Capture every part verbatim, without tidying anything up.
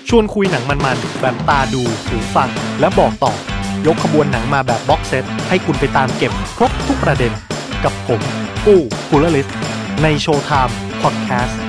ชวนคุยหนังมันๆแบบตาดูหูฟังและบอกต่อยกขบวนหนังมาแบบบ็อกเซตให้คุณไปตามเก็บครบทุกประเด็นกับผมกู้กูลลิสในโชว์ไทม์พอดแคสต์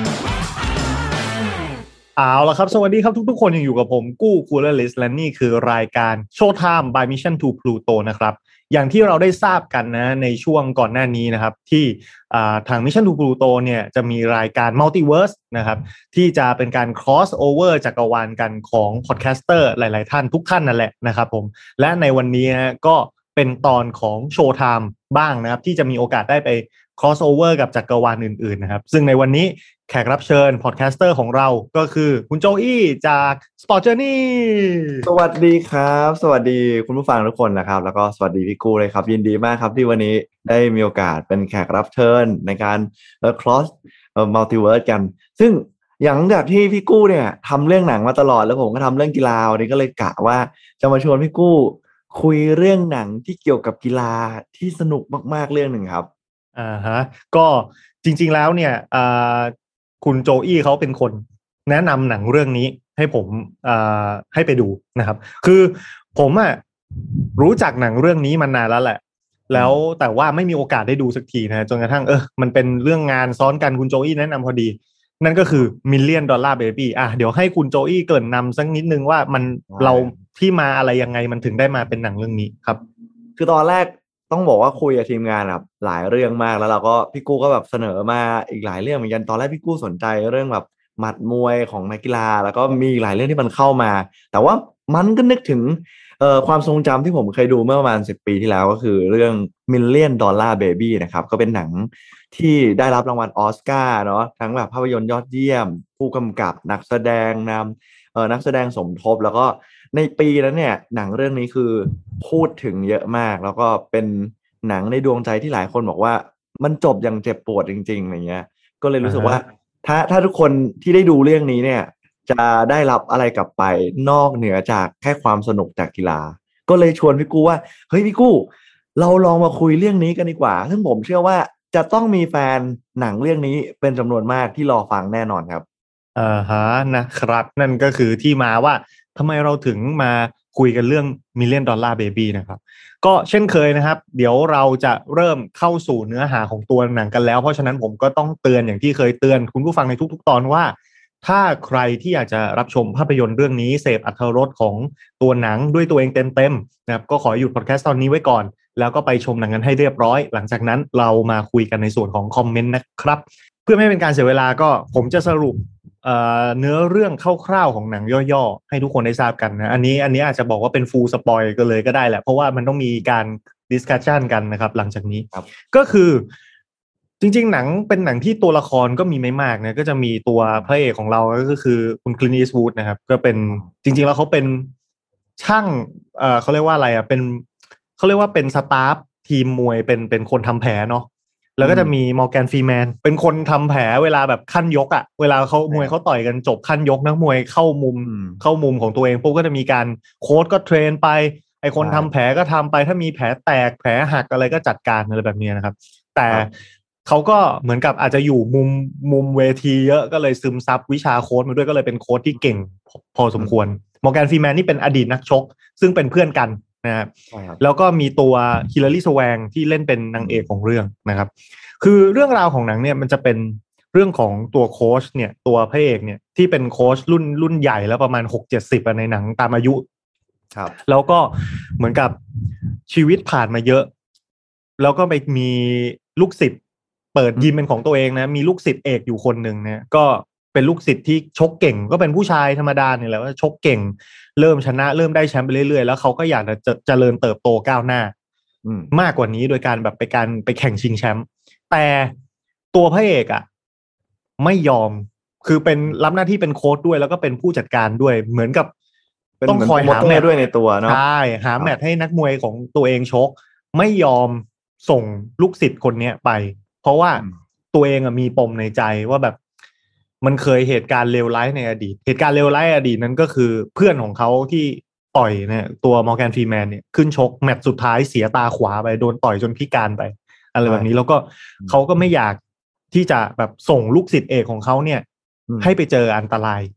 เอาล่ะครับสวัสดีครับทุกๆคนยังอยู่กับผมกู้กูลลิสและนี่คือรายการโชว์ไทม์ by Mission to Pluto นะครับอย่างที่เราได้ทราบกันนะในช่วงก่อนหน้านี้นะครับที่ทาง Mission to Pluto เนี่ยจะมีรายการ Multiverse นะครับที่จะเป็นการ cross over จักรวาลกันของพอดแคสเตอร์หลายๆท่านทุกท่านนั่นแหละนะครับผมและในวันนี้นะก็เป็นตอนของโชว์ไทม์บ้างนะครับที่จะมีโอกาสได้ไป cross over กับจักรวาลอื่นๆนะครับซึ่งในวันนี้แขกรับเชิญพอดแคสเตอร์ของเราก็คือคุณโจอี้จาก Sport Journey สวัสดีครับสวัสดีคุณผู้ฟังทุกคนนะครับแล้วก็สวัสดีพี่กูเลยครับยินดีมากครับที่วันนี้ได้มีโอกาสเป็นแขกรับเชิญในการเอ่อ cross เอ่อ multiverse กันซึ่งอย่างจากที่พี่กู้เนี่ยทำเรื่องหนังมาตลอดแล้วผมก็ทำเรื่องกีฬาวันนี้ก็เลยกะว่าจะมาชวนพี่กู้คุยเรื่องหนังที่เกี่ยวกับกีฬาที่สนุกมากๆเรื่องหนึ่งครับอ่าฮะก็จริงๆแล้วเนี่ยอ่าคุณโจอี้เขาเป็นคนแนะนำหนังเรื่องนี้ให้ผมอ่าให้ไปดูนะครับคือผมอ่ะรู้จักหนังเรื่องนี้มานานแล้วแหละแล้วแต่ว่าไม่มีโอกาสได้ดูสักทีนะจนกระทั่งเออมันเป็นเรื่องงานซ้อนกันคุณโจอี้แนะนำพอดีนั่นก็คือ Million Dollar Baby อ่ะเดี๋ยวให้คุณโจอี้เกริ่นนำสักนิดนึงว่ามันเราที่มาอะไรยังไงมันถึงได้มาเป็นหนังเรื่องนี้ครับคือตอนแรกต้องบอกว่าคุยกับทีมงานแบบหลายเรื่องมากแล้วเราก็พี่กู้ก็แบบเสนอมาอีกหลายเรื่องเหมือนกันตอนแรกพี่กู้สนใจเรื่องแบบหมัดมวยของนักกีฬาแล้วก็มีหลายเรื่องที่มันเข้ามาแต่ว่ามันก็นึกถึงเอ่อความทรงจำที่ผมเคยดูเมื่อประมาณสิบปีที่แล้วก็คือเรื่อง Million Dollar Baby นะครับก็เป็นหนังที่ได้รับรางวัลออสการ์เนาะทั้งแบบภาพยนตร์ยอดเยี่ยมผู้กำกับนักแสดงนำเอ่อนักแสดงสมทบแล้วก็ในปีนั้นเนี่ยหนังเรื่องนี้คือพูดถึงเยอะมากแล้วก็เป็นหนังในดวงใจที่หลายคนบอกว่ามันจบอย่างเจ็บปวดจริงๆอะไรเงี้ยก็เลยรู้สึกว่าถ้าถ้าทุกคนที่ได้ดูเรื่องนี้เนี่ยจะได้รับอะไรกลับไปนอกเหนือจากแค่ความสนุกจากกีฬาก็เลยชวนพี่กู้ว่าเฮ้ยพี่กู้เราลองมาคุยเรื่องนี้กันดีกว่าซึ่งผมเชื่อว่าจะต้องมีแฟนหนังเรื่องนี้เป็นจำนวนมากที่รอฟังแน่นอนครับอ่าฮะนะครับนั่นก็คือที่มาว่าทำไมเราถึงมาคุยกันเรื่อง Million Dollar Baby นะครับก็เช่นเคยนะครับเดี๋ยวเราจะเริ่มเข้าสู่เนื้อหาของตัวหนังกันแล้วเพราะฉะนั้นผมก็ต้องเตือนอย่างที่เคยเตือนคุณผู้ฟังในทุกๆตอนว่าถ้าใครที่อยากจะรับชมภาพยนตร์เรื่องนี้เสพอรรถรสของตัวหนังด้วยตัวเองเต็มๆนะครับก็ขอหยุดพอดแคสต์ตอนนี้ไว้ก่อนแล้วก็ไปชมหนังกันให้เรียบร้อยหลังจากนั้นเรามาคุยกันในส่วนของคอมเมนต์นะครับเพื่อไม่ให้เป็นการเสียเวลาก็ผมจะสรุปเอ่อเนื้อเรื่องคร่าวๆของหนังย่อๆให้ทุกคนได้ทราบกันนะอันนี้อันนี้อาจจะบอกว่าเป็นฟูลสปอยกันเลยก็ได้แหละเพราะว่ามันต้องมีการดิสคัชชันกันนะครับหลังจากนี้ก็คือจริงๆหนังเป็นหนังที่ตัวละครก็มีไม่มากนะก็จะมีตัวพระเอกของเราก็คือคุณคลินต์ อีสต์วูดนะครับก็เป็นจริงๆแล้วเขาเป็นช่างเอ่อเขาเรียกว่าอะไรอ่ะเป็นเขาเรียกว่าเป็นสตาฟทีมมวยเป็นเป็นคนทำแผลเนาะแล้วก็จะมีมอร์แกนฟรีแมนเป็นคนทำแผลเวลาแบบขั้นยกอ่ะเวลาเขามวยเขาต่อยกันจบขั้นยกนักมวยเข้ามุมเข้ามุมของตัวเองปุ๊บก็จะมีการโค้ชก็เทรนไปไอคนทำแผลก็ทำไปถ้ามีแผลแตกแผลหักอะไรก็จัดการอะไรแบบนี้นะครับแต่เขาก็เหมือนกับอาจจะอยู่มุมมุมเวทีเยอะก็เลยซึมซับวิชาโค้ชมาด้วยก็เลยเป็นโค้ชที่เก่งพอสมควรมอร์แกนฟรีแมนนี่เป็นอดีตนักชกซึ่งเป็นเพื่อนกันนะครับแล้วก็มีตัวฮิลลารีสแวงที่เล่นเป็นนางเอกของเรื่องนะครับคือเรื่องราวของหนังเนี่ยมันจะเป็นเรื่องของตัวโค้ชเนี่ยตัวพระเอกเนี่ยที่เป็นโค้ชรุ่นรุ่นใหญ่แล้วประมาณ หกเจ็ดสิบ ในหนังตามอายุครับแล้วก็เหมือนกับชีวิตผ่านมาเยอะแล้วก็ไปมีลูกศิษย์เปิดยิมเป็นของตัวเองนะมีลูกศิษย์เอกอยู่คนหนึ่งเนี่ยก็เป็นลูกศิษย์ที่ชกเก่งก็เป็นผู้ชายธรรมดาเนี่ยแหละว่าชกเก่งเริ่มชนะเริ่มได้แชมป์ไปเรื่อยๆแล้วเขาก็อยากจะเจริญเติบโตก้าวหน้ามากกว่านี้โดยการแบบไปการไปแข่งชิงแชมป์แต่ตัวพระเอกอ่ะไม่ยอมคือเป็นรับหน้าที่เป็นโค้ชด้วยแล้วก็เป็นผู้จัดการด้วยเหมือนกับต้องคอยหาแมตช์ด้วยในตัวเนาะใช่หาแมตช์ให้นักมวยของตัวเองชกไม่ยอมส่งลูกศิษย์คนนี้ไปเพราะว่าตัวเองมีปมในใจว่าแบบมันเคยเหตุการณ์เลวร้ายในอดีตเหตุการณ์เลวร้ายอดีตนั้นก็คือเพื่อนของเขาที่ต่อยเนี่ยตัวมอร์แกนฟรีแมนเนี่ยขึ้นชกแมตช์สุดท้ายเสียตาขวาไปโดนต่อยจนพิการไปอะไรแบบนี้แล้วก็เขาก็ไม่อยากที่จะแบบส่งลูกศิษย์เอกของเขาเนี่ยให้ไปเจออันตราย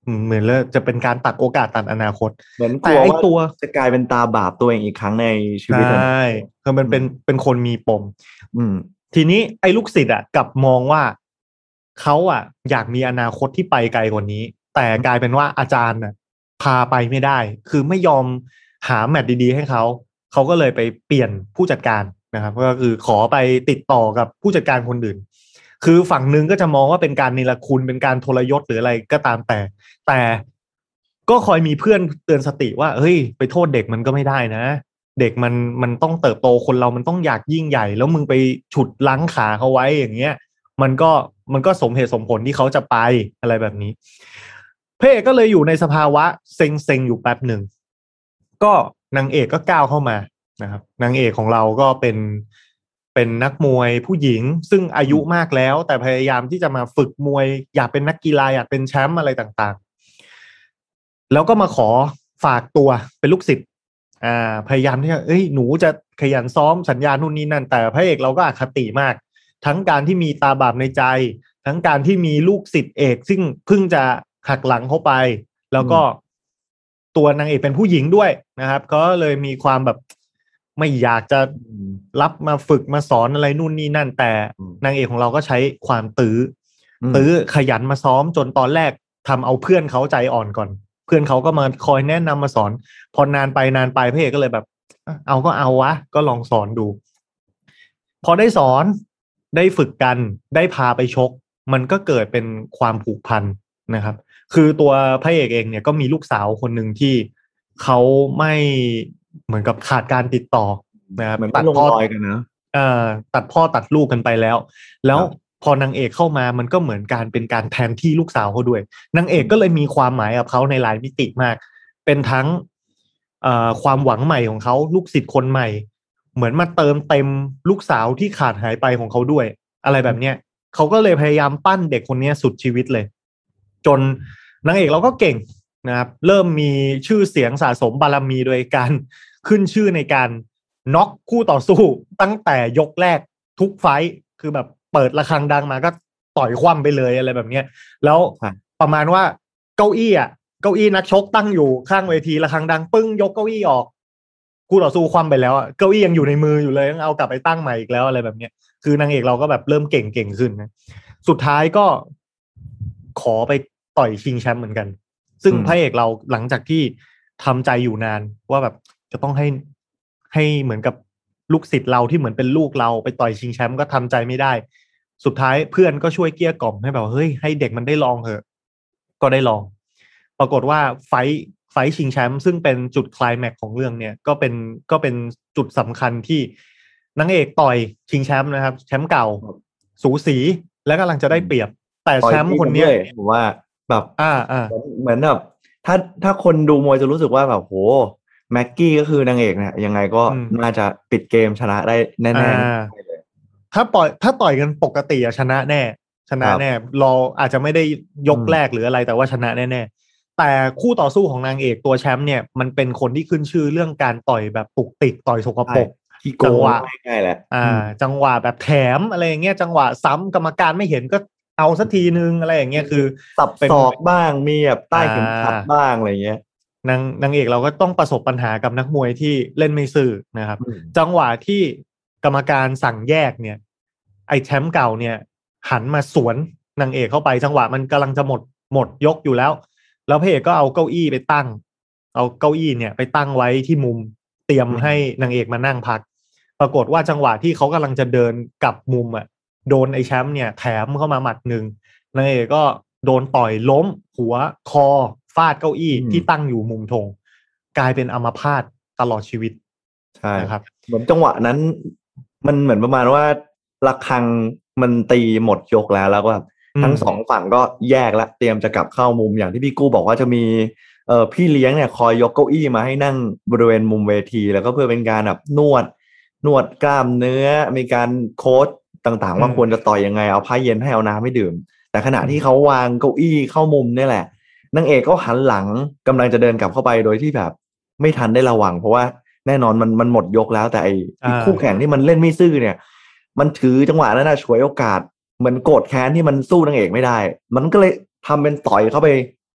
เหมือนแล้วจะเป็นการตัดโอกาสตัดอนาคตเหมือนกแต่ลัวว่าไอตัวจะกลายเป็นตาบาปตัวเองอีกครั้งในชีใช่วิตอะคือมันเป็นเป็นคนมีปมอืมทีนี้ไอ้ลูกศิษย์อ่ะกลับมองว่าเขาอ่ะอยากมีอนาคตที่ไปไกลกว่านี้แต่กลายเป็นว่าอาจารย์อ่ะพาไปไม่ได้คือไม่ยอมหาแมตช์ดีๆให้เขาเขาก็เลยไปเปลี่ยนผู้จัดการนะครับก็คือขอไปติดต่อกับผู้จัดการคนอื่นคือฝั่งหนึ่งก็จะมองว่าเป็นการเนรคุณเป็นการทรยศหรืออะไรก็ตามแต่แต่ก็คอยมีเพื่อนเตือนสติว่าเฮ้ยไปโทษเด็กมันก็ไม่ได้นะเด็กมันมันต้องเติบโตคนเรามันต้องอยากยิ่งใหญ่แล้วมึงไปฉุดรั้งขาเขาไว้อย่างเงี้ยมันก็มันก็สมเหตุสมผลที่เขาจะไปอะไรแบบนี้พระเอกก็เลยอยู่ในสภาวะเซ็งๆอยู่แป๊บหนึ่งก็นางเอกก็ก้าวเข้ามานะครับนางเอกของเราก็เป็นเป็นนักมวยผู้หญิงซึ่งอายุมากแล้วแต่พยายามที่จะมาฝึกมวยอยากเป็นนักกีฬาอยากเป็นแชมป์อะไรต่างๆแล้วก็มาขอฝากตัวเป็นลูกศิษย์อ่าพยายามที่จะเอ้ยหนูจะขยันซ้อมสัญญานู่นนี่นั่นแต่พระเอกเราก็อคติมากทั้งการที่มีตาบาปในใจทั้งการที่มีลูกศิษย์เอกซึ่งเพิ่งจะหักหลังเข้าไปแล้วก็ตัวนางเอกเป็นผู้หญิงด้วยนะครับก็เลยมีความแบบไม่อยากจะรับมาฝึกมาสอนอะไรนู่นนี่นั่นแต่นางเอกของเราก็ใช้ความตื้อตื้อขยันมาซ้อมจนตอนแรกทำเอาเพื่อนเขาใจอ่อนก่อนเพื่อนเขาก็มาคอยแนะนำมาสอนพอนานไปนานไปพระเอกก็เลยแบบเอาก็เอาวะก็ลองสอนดูพอได้สอนได้ฝึกกันได้พาไปชกมันก็เกิดเป็นความผูกพันนะครับคือตัวพระเอกเองเนี่ยก็มีลูกสาวคนหนึ่งที่เขาไม่เหมือนกับขาดการติดต่อนะครับตัดพ่อกันนะเอ่อตัดพ่อตัดลูกกันไปแล้วแล้วพอนางเอกเข้ามามันก็เหมือนการเป็นการแทนที่ลูกสาวเขาด้วยนางเอกก็เลยมีความหมายกับเขาในหลายมิติมากเป็นทั้งเอ่อความหวังใหม่ของเขาลูกศิษย์คนใหม่เหมือนมาเติมเต็มลูกสาวที่ขาดหายไปของเขาด้วยอะไรแบบเนี้ยเขาก็เลยพยายามปั้นเด็กคนนี้สุดชีวิตเลยจนนางเอกเราก็เก่งนะครับเริ่มมีชื่อเสียงสะสมบารมีโดยการขึ้นชื่อในการน็อกคู่ต่อสู้ตั้งแต่ยกแรกทุกไฟท์คือแบบเปิดระฆังดังมาก็ต่อยคว่ำไปเลยอะไรแบบเนี้ยแล้วประมาณว่าเก้าอี้อ่ะเก้าอี้นักชกตั้งอยู่ข้างเวทีระฆังดังปึ้งยกเก้าอี้ออกคู่ต่อสู้คว่ำไปแล้วอ่ะเก้าอี้ยังอยู่ในมืออยู่เลยต้องเอากลับไปตั้งใหม่อีกแล้วอะไรแบบเนี้ยคือนางเอกเราก็แบบเริ่มเก่งเก่งขึ้นนะสุดท้ายก็ขอไปต่อยชิงแชมป์เหมือนกันซึ่งพระเอกเราหลังจากที่ทำใจอยู่นานว่าแบบจะต้องให้ให้เหมือนกับลูกศิษย์เราที่เหมือนเป็นลูกเราไปต่อยชิงแชมป์ก็ทำใจไม่ได้สุดท้ายเพื่อนก็ช่วยเกลี้ยกล่อมให้แบบเฮ้ยให้เด็กมันได้ลองเถอะก็ได้ลองปรากฏว่าไฟไฟชิงแชมป์ซึ่งเป็นจุดไคลแม็กซ์ของเรื่องเนี่ยก็เป็นก็เป็นจุดสำคัญที่นางเอกต่อยชิงแชมป์นะครับแชมป์เก่าสูสีและกำลังจะได้เปรียบแต่แชมป์คนนี้ผมว่าแบบอ่าอ่าเหมือนแบบถ้าถ้าคนดูมวยจะรู้สึกว่าแบบโหแม็กกี้ก็คือนางเอกเนี่ยยังไงก็น่าจะปิดเกมชนะได้แน่ๆเลยถ้าปล่อยถ้าต่อยกันปกติอะชนะแน่ชนะแน่เราอาจจะไม่ได้ยกแรกหรืออะไรแต่ว่าชนะแน่ๆแต่คู่ต่อสู้ของนางเอกตัวแชมป์เนี่ยมันเป็นคนที่ขึ้นชื่อเรื่องการต่อยแบบปุกติกต่อยสกปรกจังหวะง่ายแหละอ่าจังหวะแบบแถมอะไรอย่างเงี้ยจังหวะซ้ำกรรมการไม่เห็นก็เอาสักทีนึงอะไรอย่างเงี้ยคือสับศอกบ้างมีแบบใต้เข็มขัดบ้างอะไรเงี้ยนางนางเอกเราก็ต้องประสบปัญหากับนักมวยที่เล่นไม่ซื่อนะครับจังหวะที่กรรมการสั่งแยกเนี่ยไอ้แชมป์เก่าเนี่ยหันมาสวนนางเอกเข้าไปจังหวะมันกำลังจะหมดหมดยกอยู่แล้วแล้วพระเอกก็เอาเก้าอี้ไปตั้งเอาเก้าอี้เนี่ยไปตั้งไว้ที่มุมเตรียมให้นางเอกมานั่งพักปรากฏว่าจังหวะที่เขากำลังจะเดินกลับมุมอ่ะโดนไอ้แชมป์เนี่ยแถมเข้ามาหมัดหนึ่งนางเอกก็โดนต่อยล้มหัวคอฟาดเก้าอี้ที่ตั้งอยู่มุมธงกลายเป็นอัมพาตตลอดชีวิตใช่นะครับเหมือนจังหวะนั้นมันเหมือนประมาณว่าระฆังมันตีหมดยกแล้วแล้วก็แบบทั้งสองฝั่งก็แยกแล้วเตรียมจะกลับเข้ามุมอย่างที่พี่กู้บอกว่าจะมีเอ่อพี่เลี้ยงเนี่ยคอยยกเก้าอี้มาให้นั่งบริเวณมุมเวทีแล้วก็เพื่อเป็นการแบบนวดนวดกล้ามเนื้อมีการโค้ชต่างๆว่าควรจะต่อยยังไงเอาผ้าเย็นให้เอาน้ำให้ดื่มแต่ขณะที่เขาวางเก้าอี้เข้ามุมนี่แหละนางเอกก็หันหลังกำลังจะเดินกลับเข้าไปโดยที่แบบไม่ทันได้ระวังเพราะว่าแน่นอนมันมันหมดยกแล้วแต่ไอ้คู่แข่งที่มันเล่นไม่ซื่อเนี่ยมันถือจังหวะนั้นนะฉวยโอกาสเหมือนโกรธแค้นที่มันสู้นางเอกไม่ได้มันก็เลยทำเป็นต่อยเข้าไป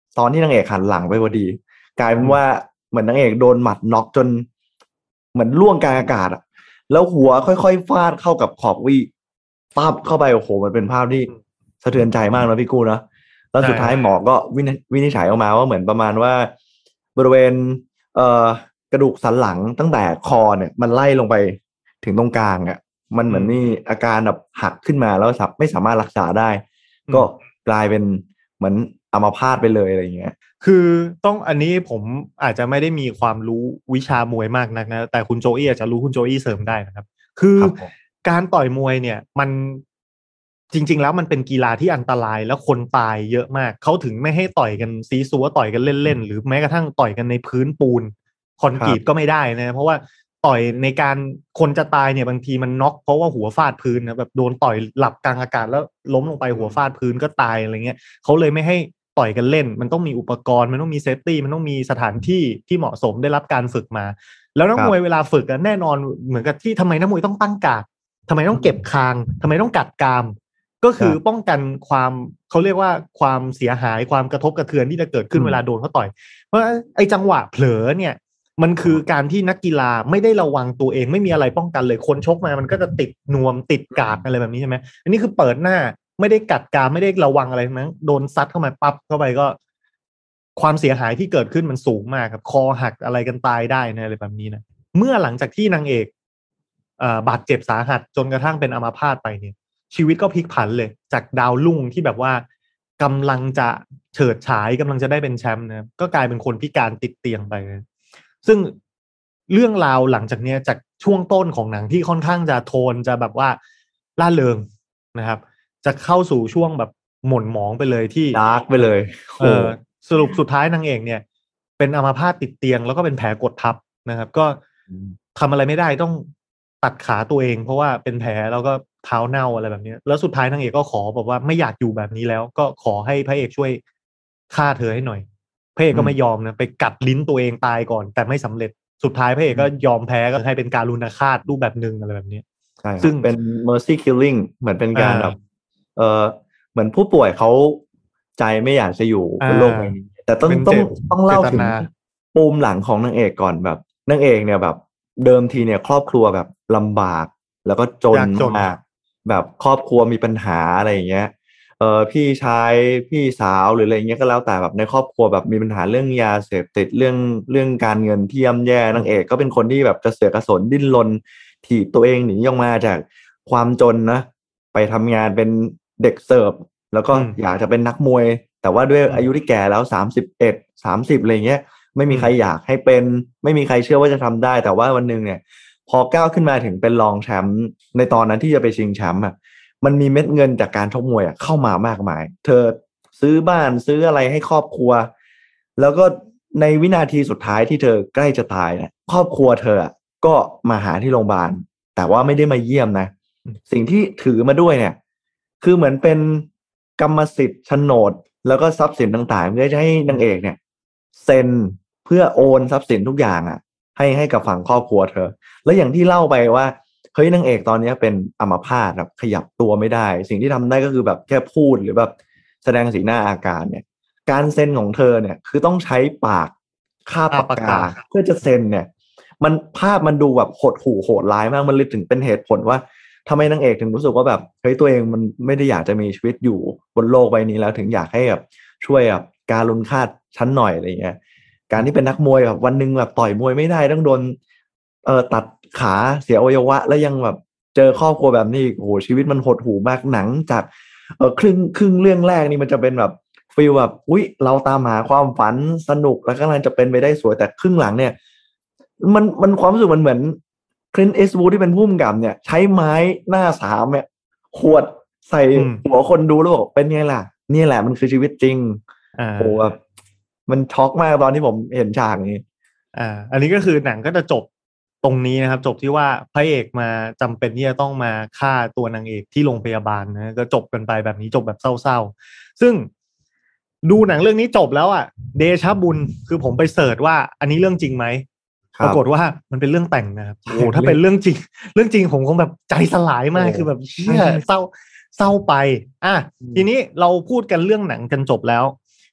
ตอนที่นางเอกหันหลังไปพอดีกลายเป็นว่าเหมือนนางเอกโดนหมัดน็อกจนเหมือนล่วงกลางอากาศอ่ะแล้วหัวค่อยๆฟาดเข้ากับขอบวี่ปั๊บเข้าไปโอ้โหมันเป็นภาพที่สะเทือนใจมากนะพี่กู้นะแล้วสุดท้ายหมอก็วินิวินิจฉัยออกมาว่าเหมือนประมาณว่าบริเวณเอ่อกระดูกสันหลังตั้งแต่คอเนี่ยมันไล่ลงไปถึงตรงกลางอ่ะมันเหมือนนี่อาการแบบหักขึ้นมาแล้วไม่สามารถรักษาได้ก็กลายเป็นเหมือนอัมพาตไปเลยอะไรอย่างเงี้ยคือต้องอันนี้ผมอาจจะไม่ได้มีความรู้วิชามวยมากนักนะแต่คุณโจอี้อาจจะรู้คุณโจอี้เสริมได้นะครับคือการต่อยมวยเนี่ยมันจริงๆแล้วมันเป็นกีฬาที่อันตรายแล้วคนตายเยอะมากเขาถึงไม่ให้ต่อยกันซีซัวต่อยกันเล่นๆหรือแม้กระทั่งต่อยกันในพื้นปูนคอนกรีตก็ไม่ได้นะเพราะว่าต่อยในการคนจะตายเนี่ยบางทีมันน็อกเพราะว่าหัวฟาดพื้นนะแบบโดนต่อยหลับกลางอากาศแล้วล้มลงไปหัวฟาดพื้นก็ตายอะไรเงี้ยเขาเลยไม่ให้ต่อยกันเล่นมันต้องมีอุปกรณ์มันต้องมีเซฟตี้มันต้องมีสถานที่ที่เหมาะสมได้รับการฝึกมาแล้วนักมวยเวลาฝึกกันแน่นอนเหมือนกับที่ทำไมนักมวยต้องตั้งการ์ดทำไมต้องเก็บคางทำไมต้องกัดกรามก็คือป้องกันความเขาเรียกว่าความเสียหายความกระทบกระเทือนที่จะเกิดขึ้นเวลาโดนเขาต่อยเพราะไอ้จังหวะเผลอเนี่ยมันคือการที่นักกีฬาไม่ได้ระวังตัวเองไม่มีอะไรป้องกันเลยคนชกมามันก็จะติดนวมติดกาดอะไรแบบนี้ใช่ไหมอันนี้คือเปิดหน้าไม่ได้กัดกรามไม่ได้ระวังอะไรทั้งนั้นโดนซัดเข้ามาปั๊บเข้าไปก็ความเสียหายที่เกิดขึ้นมันสูงมากครับคอหักอะไรกันตายได้นะอะไรแบบนี้นะเมื่อหลังจากที่นางเอกบาดเจ็บสาหัสจนกระทั่งเป็นอัมพาตไปเนี่ยชีวิตก็พลิกผันเลยจากดาวรุ่งที่แบบว่ากำลังจะเฉิดฉายกำลังจะได้เป็นแชมป์นะก็กลายเป็นคนพิการติดเตียงไปนะซึ่งเรื่องราวหลังจากเนี้ยจากช่วงต้นของหนังที่ค่อนข้างจะโทนจะแบบว่าล่าเริงนะครับจะเข้าสู่ช่วงแบบหม่นหมองไปเลยที่ดาร์กไปเลยเออสรุปสุดท้ายนางเอกเนี่ยเป็นอัมพาตติดเตียงแล้วก็เป็นแผลกดทับนะครับก็ทำอะไรไม่ได้ต้องตัดขาตัวเองเพราะว่าเป็นแผลแล้วก็เท้าเน่าอะไรแบบนี้แล้วสุดท้ายนางเอกก็ขอบอกว่าไม่อยากอยู่แบบนี้แล้วก็ขอให้พระเอกช่วยฆ่าเธอให้หน่อยพระเอกก็ไม่ยอมนะไปกัดลิ้นตัวเองตายก่อนแต่ไม่สำเร็จสุดท้ายพระเอกก็ยอมแพ้ก็ให้เป็นการุณฆาตรูปแบบนึงอะไรแบบนี้ใช่ซึ่งเป็น mercy killing เหมือนเป็นการแบบเออเหมือนผู้ป่วยเขาใจไม่อยากจะอยู่บนโลกใบนี้แต่ต้องต้องต้องเล่าถึงปูมหลังของนางเอกก่อนแบบนางเอกเนี่ยแบบเดิมทีเนี่ยครอบครัวแบบลำบากแล้วก็จนมากแบบครอบครัวมีปัญหาอะไรอย่างเงี้ยเออพี่ชายพี่สาวหรืออะไรเงี้ยก็แล้วแต่แบบในครอบครัวแบบมีปัญหาเรื่องยาเสพติดเรื่องเรื่องการเงินที่ย่ำแย่นางเอกก็เป็นคนที่แบบกระเสือกกระสนดิ้นรนถีบตัวเองหนีออกมาจากความจนนะไปทำงานเป็นเด็กเสิร์ฟแล้วก็อยากจะเป็นนักมวยแต่ว่าด้วยอายุที่แก่แล้วสามสิบเอ็ด สามสิบอะไรเงี้ยไม่มีใครอยากให้เป็นไม่มีใครเชื่อว่าจะทำได้แต่ว่าวันนึงเนี่ยพอก้าวขึ้นมาถึงเป็นรองแชมป์ในตอนนั้นที่จะไปชิงแชมป์อ่ะมันมีเม็ดเงินจากการชกมวยอ่ะเข้ามามากมายเธอซื้อบ้านซื้ออะไรให้ครอบครัวแล้วก็ในวินาทีสุดท้ายที่เธอใกล้จะตายเนี่ยครอบครัวเธอก็มาหาที่โรงพยาบาลแต่ว่าไม่ได้มาเยี่ยมนะสิ่งที่ถือมาด้วยเนี่ยคือเหมือนเป็นกรรมสิทธิ์โฉนดแล้วก็ทรัพย์สินต่างๆเพื่อจะให้นางเอกเนี่ยเซ็นเพื่อโอนทรัพย์สินทุกอย่างอ่ะให้ให้กับฝั่งครอบครัวเธอแล้วอย่างที่เล่าไปว่าเฮ้ยนางเอกตอนนี้เป็นอัมพาตแบบขยับตัวไม่ได้สิ่งที่ทำได้ก็คือแบบแค่พูดหรือแบบแสดงสีหน้าอาการเนี่ยการเซ็นของเธอเนี่ยคือต้องใช้ปากคาบปากกาเพื่อจะเซ็นเนี่ยมันภาพมันดูแบบโหดหู่โหดร้ายมากมันเลยถึงเป็นเหตุผลว่าทำไมนางเอกถึงรู้สึกว่าแบบเฮ้ยตัวเองมันไม่ได้อยากจะมีชีวิตอยู่บนโลกใบนี้แล้วถึงอยากให้แบบช่วยแบบการุณฆาตชั้นหน่อยอะไรเงี้ยการที่เป็นนักมวยแบบวันนึงแบบต่อยมวยไม่ได้ต้องโดนเอ่อตัดขาเสียอวัยวะแล้วยังแบบเจอครอบครัวแบบนี้โอ้โหชีวิตมันหดหู่มากหนังจากเออครึ่งครึ่งเรื่องแรกนี่มันจะเป็นแบบฟีลแบบอุ๊ยเราตามหาความฝันสนุกแล้วก็กำลังจะเป็นไปได้สวยแต่ครึ่งหลังเนี่ยมันมันความรู้สึกมันเหมือนคลินต์ อีสต์วูดที่เป็นผู้กำกับเนี่ยใช้ไม้หน้าสามเนี่ยขวดใส่หัวคนดูแล้วบอกเป็นไงล่ะนี่แหละมันคือชีวิตจริงโอ้แบบมันช็อกมากตอนที่ผมเห็นฉากนี้อ่าอันนี้ก็คือหนังก็จะจบตรงนี้นะครับจบที่ว่าพระเอกมาจำเป็นที่จะต้องมาฆ่าตัวนางเอกที่โรงพยาบาลนะก็จบกันไปแบบนี้จบแบบเศร้าๆซึ่งดูหนังเรื่องนี้จบแล้วอ่ะเดชะบุญคือผมไปเสิร์ชว่าอันนี้เรื่องจริงไหมปรากฏว่ามันเป็นเรื่องแต่งนะครับโอ้โหถ้าเป็นเรื่องจริงเรื่องจริงผมคงแบบใจสลายมากคือแบบเชี่ยเศร้าเศร้าไปอ่ะทีนี้เราพูดกันเรื่องหนังกันจบแล้ว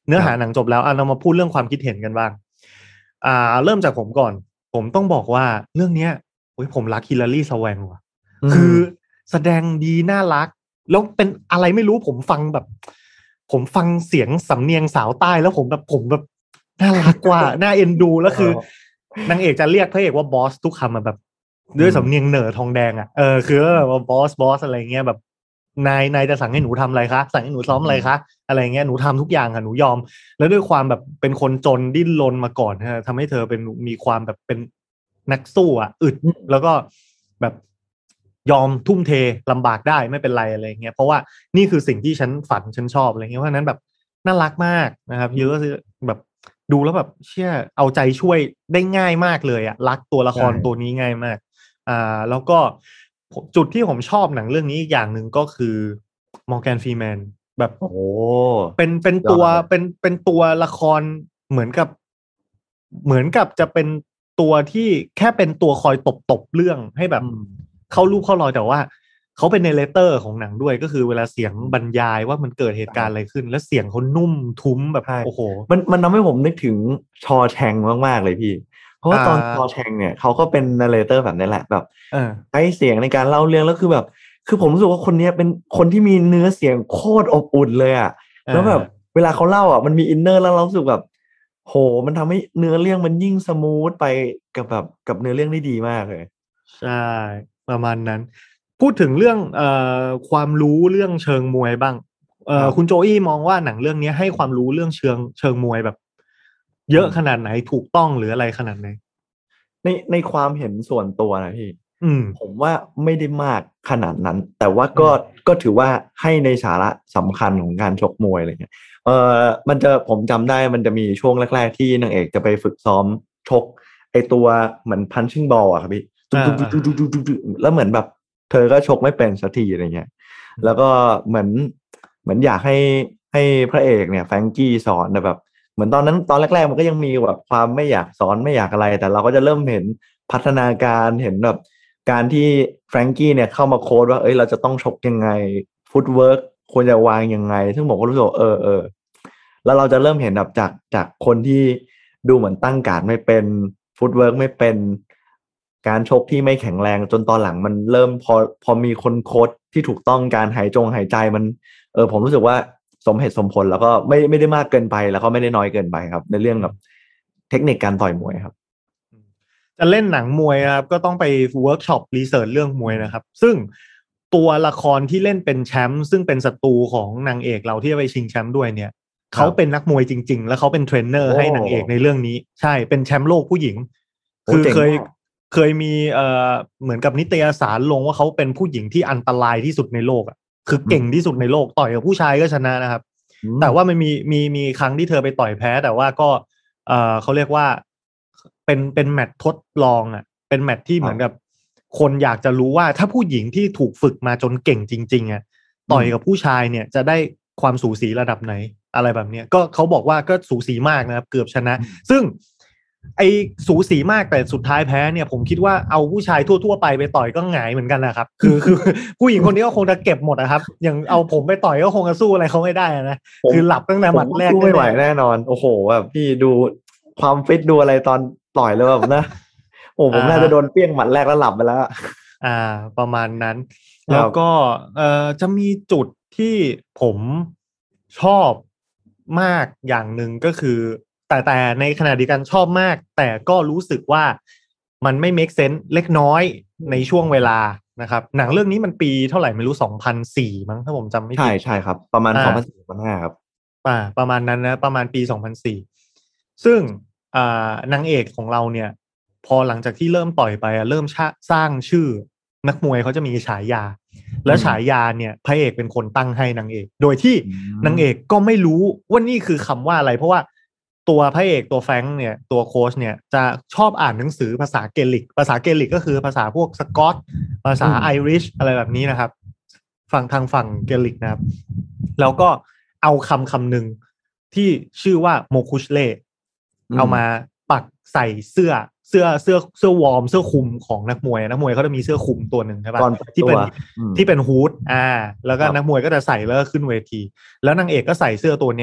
เนื้อหาหนังจบแล้วอ่ะเรามาพูดเรื่องความคิดเห็นกันบ้างอ่าเริ่มจากผมก่อนผมต้องบอกว่าเรื่องเนี้ยโอ้ยผมรักฮิลลารีสแวงว่ะคือแสดงดีน่ารักแล้วเป็นอะไรไม่รู้ผมฟังแบบผมฟังเสียงสำเนียงสาวใต้แล้วผมแบบผมแบบน่ารักกว่า น่าเอ็นดูแล้วคือนางเอกจะเรียกพระเอกว่าบอสทุกคำอะแบบด้วยสำเนียงเหน่อทองแดงอ่ะเออคือแบบว่าบอสบอสอะไรเงี้ยแบบนายนายจะสั่งให้หนูทำอะไรคะสั่งให้หนูซ้อมอะไรคะอะไรเงี้ยหนูทำทุกอย่างค่ะหนูยอมแล้วด้วยความแบบเป็นคนจนดิ้นรนมาก่อนฮะทำให้เธอเป็นมีความแบบเป็นนักสู้อ่ะอึดแล้วก็แบบยอมทุ่มเทลำบากได้ไม่เป็นไรอะไรเงี้ยเพราะว่านี่คือสิ่งที่ฉันฝันฉันชอบอะไรเงี้ยเพราะนั้นแบบน่ารักมากนะครับเยอะแบบดูแล้วแบบเชื่อเอาใจช่วยได้ง่ายมากเลยอ่ะรักตัวละครตัวนี้ง่ายมากอ่าแล้วก็จุดที่ผมชอบหนังเรื่องนี้อีกอย่างหนึ่งก็คือมอร์แกนฟรีแมนแบบโอ้เป็นเป็นตัวเป็นเป็นตัวละครเหมือนกับเหมือนกับจะเป็นตัวที่แค่เป็นตัวคอยตบตบเรื่องให้แบบเข้ารูปเข้ารอยแต่ว่าเขาเป็นเนเรเตอร์ของหนังด้วยก็คือเวลาเสียงบรรยายว่ามันเกิดเหตุการณ์อะไรขึ้นแล้วเสียงเขานุ่มทุ้มแบบโอ้โหมันมันทำให้ผมนึกถึงชอแชงมากๆเลยพี่เพราะว่าตอนชอแชงเนี่ยเขาก็เป็นนาร์เรเตอร์แบบนี้แหละแบบใช้เสียงในการเล่าเรื่องแล้วคือแบบคือผมรู้สึกว่าคนนี้เป็นคนที่มีเนื้อเสียงโคตรอบอุ่นเลยอ่ะแล้วแบบเวลาเขาเล่าอ่ะมันมีอินเนอร์แล้วเรารู้สึกแบบโหมันทำให้เนื้อเรื่องมันยิ่งสมูทไปกับแบบกับเนื้อเรื่องได้ดีมากเลยใช่ประมาณนั้นพูดถึงเรื่องเอ่อความรู้เรื่องเชิงมวยบ้างเอ่อคุณโจอี้มองว่าหนังเรื่องนี้ให้ความรู้เรื่องเชิงเชิงมวยแบบเยอะขนาดไหนถูกต้องหรืออะไรขนาดไหนในในความเห็นส่วนตัวนะพี่อืมผมว่าไม่ได้มากขนาดนั้นแต่ว่าก็ก็ถือว่าให้ในสาระสำคัญของการชกมวยอะไรเงี้ยเออมันจะผมจำได้มันจะมีช่วงแรกๆที่นางเอกจะไปฝึกซ้อมชกไอตัวเหมือน punching ball อะครับพี่ตุ๊กตุ๊กตุ๊กตุ๊กตุ๊กตุ๊กแล้วเหมือนแบบเธอก็ชกไม่เป็นสักทีอะไรเงี้ยแล้วก็เหมือนเหมือนอยากให้ให้พระเอกเนี่ยแฟรงกี้สอนแต่แบบเหมือนตอนนั้นตอนแรกๆมันก็ยังมีแบบความไม่อยากสอนไม่อยากอะไรแต่เราก็จะเริ่มเห็นพัฒนาการเห็นแบบการที่แฟรงกี้เนี่ยเข้ามาโค้ดว่าเอ้ยเราจะต้องชกยังไงฟุตเวิร์กควรจะวางยังไงซึ่งผมก็รู้สึกเออเออแล้วเราจะเริ่มเห็นแบบจากจากคนที่ดูเหมือนตั้งการ์ดไม่เป็นฟุตเวิร์กไม่เป็นการชกที่ไม่แข็งแรงจนตอนหลังมันเริ่มพอพอมีคนโค้ดที่ถูกต้องการหายจงหายใจมันเออผมรู้สึกว่าสมเหตุสมผลแล้วก็ไม่ไม่ได้มากเกินไปแล้วก็ไม่ได้น้อยเกินไปครับในเรื่องแบบเทคนิคการต่อยมวยครับจะเล่นหนังมวยนะครับก็ต้องไปเวิร์กช็อปรีเสิร์ชเรื่องมวยนะครับซึ่งตัวละครที่เล่นเป็นแชมป์ซึ่งเป็นศัตรูของนางเอกเราที่จะไปชิงแชมป์ด้วยเนี่ยเขาเป็นนักมวยจริงๆแล้วเขาเป็นเทรนเนอร์ให้นางเอกในเรื่องนี้ใช่เป็นแชมป์โลกผู้หญิงคือเคยเคยมีเอ่อเหมือนกับนิตยสารลงว่าเขาเป็นผู้หญิงที่อันตรายที่สุดในโลกอ่ะคือเก่งที่สุดในโลกต่อยกับผู้ชายก็ชนะนะครับแต่ว่ามันมีมีมีครั้งที่เธอไปต่อยแพ้แต่ว่าก็เอ่อเขาเรียกว่าเป็นเป็นแมตช์ทดลองอ่ะเป็นแมตช์ที่เหมือนกับคนอยากจะรู้ว่าถ้าผู้หญิงที่ถูกฝึกมาจนเก่งจริงๆอ่ะต่อยกับผู้ชายเนี่ยจะได้ความสูสีระดับไหนอะไรแบบนี้ก็เขาบอกว่าก็สูสีมากนะครับเกือบชนะซึ่งไอ้สูสีมากแต่สุดท้ายแพ้เนี่ยผมคิดว่าเอาผู้ชายทั่วๆไปไปต่อยก็หงายเหมือนกันนะครับคือคือผู้หญิงคนนี้ก็คงจะเก็บหมดนะครับอย่างเอาผมไปต่อยก็คงจะสู้อะไรเขาไม่ได้นะคือหลับตั้งแต่หมัดแรกสู้ไม่ไหวแน่นอนโอ้โหแบบพี่ดูความฟิตดูอะไรตอนต่อยเลยแบบนะโอ้ผมน่าจะโดนเปี้ยงหมัดแรกแล้วหลับไปแล้วอ่าประมาณนั้นแล้วก็เอ่อจะมีจุดที่ผมชอบมากอย่างหนึ่งก็คือแต่แต่ในขณะเดียวกันชอบมากแต่ก็รู้สึกว่ามันไม่ make sense เล็กน้อยในช่วงเวลานะครับหนังเรื่องนี้มันปีเท่าไหร่ไม่รู้สองพันสี่มั้งถ้าผมจำไม่ผิดใช่ใช่ครับประมาณสองพันสี่ สองพันห้าครับอ่าประมาณนั้นนะประมาณปีสองพันสี่ซึ่งอ่านางเอกของเราเนี่ยพอหลังจากที่เริ่มต่อยไปเริ่มสร้างชื่อนักมวยเขาจะมีฉายาแล้วฉายาเนี่ยพระเอกเป็นคนตั้งให้นางเอกโดยที่นางเอกก็ไม่รู้ว่านี่คือคำว่าอะไรเพราะว่าตัวพระเอกตัวแฟรงค์เนี่ยตัวโค้ชเนี่ยจะชอบอ่านหนังสือภาษาเกลิกภาษาเกลิกก็คือภาษาพวกสกอตภาษาไอริชอะไรแบบนี้นะครับฝั่งทางฝั่งเกลิกนะครับแล้วก็เอาคำคำหนึ่งที่ชื่อว่าโมคุชเล่เอามาปักใส่เสื้อเสื้อเสื้อเสื้อวอร์มเสื้อคลุมของนักมวยนักมวยเขาจะมีเสื้อคลุมตัวหนึ่งใช่ป่ะที่เป็นที่เป็นฮูดอ่าแล้วก็นักมวยก็จะใส่แล้วก็ขึ้นเวทีแล้วนางเอกก็ใส่เสื้อตัวเนี้ย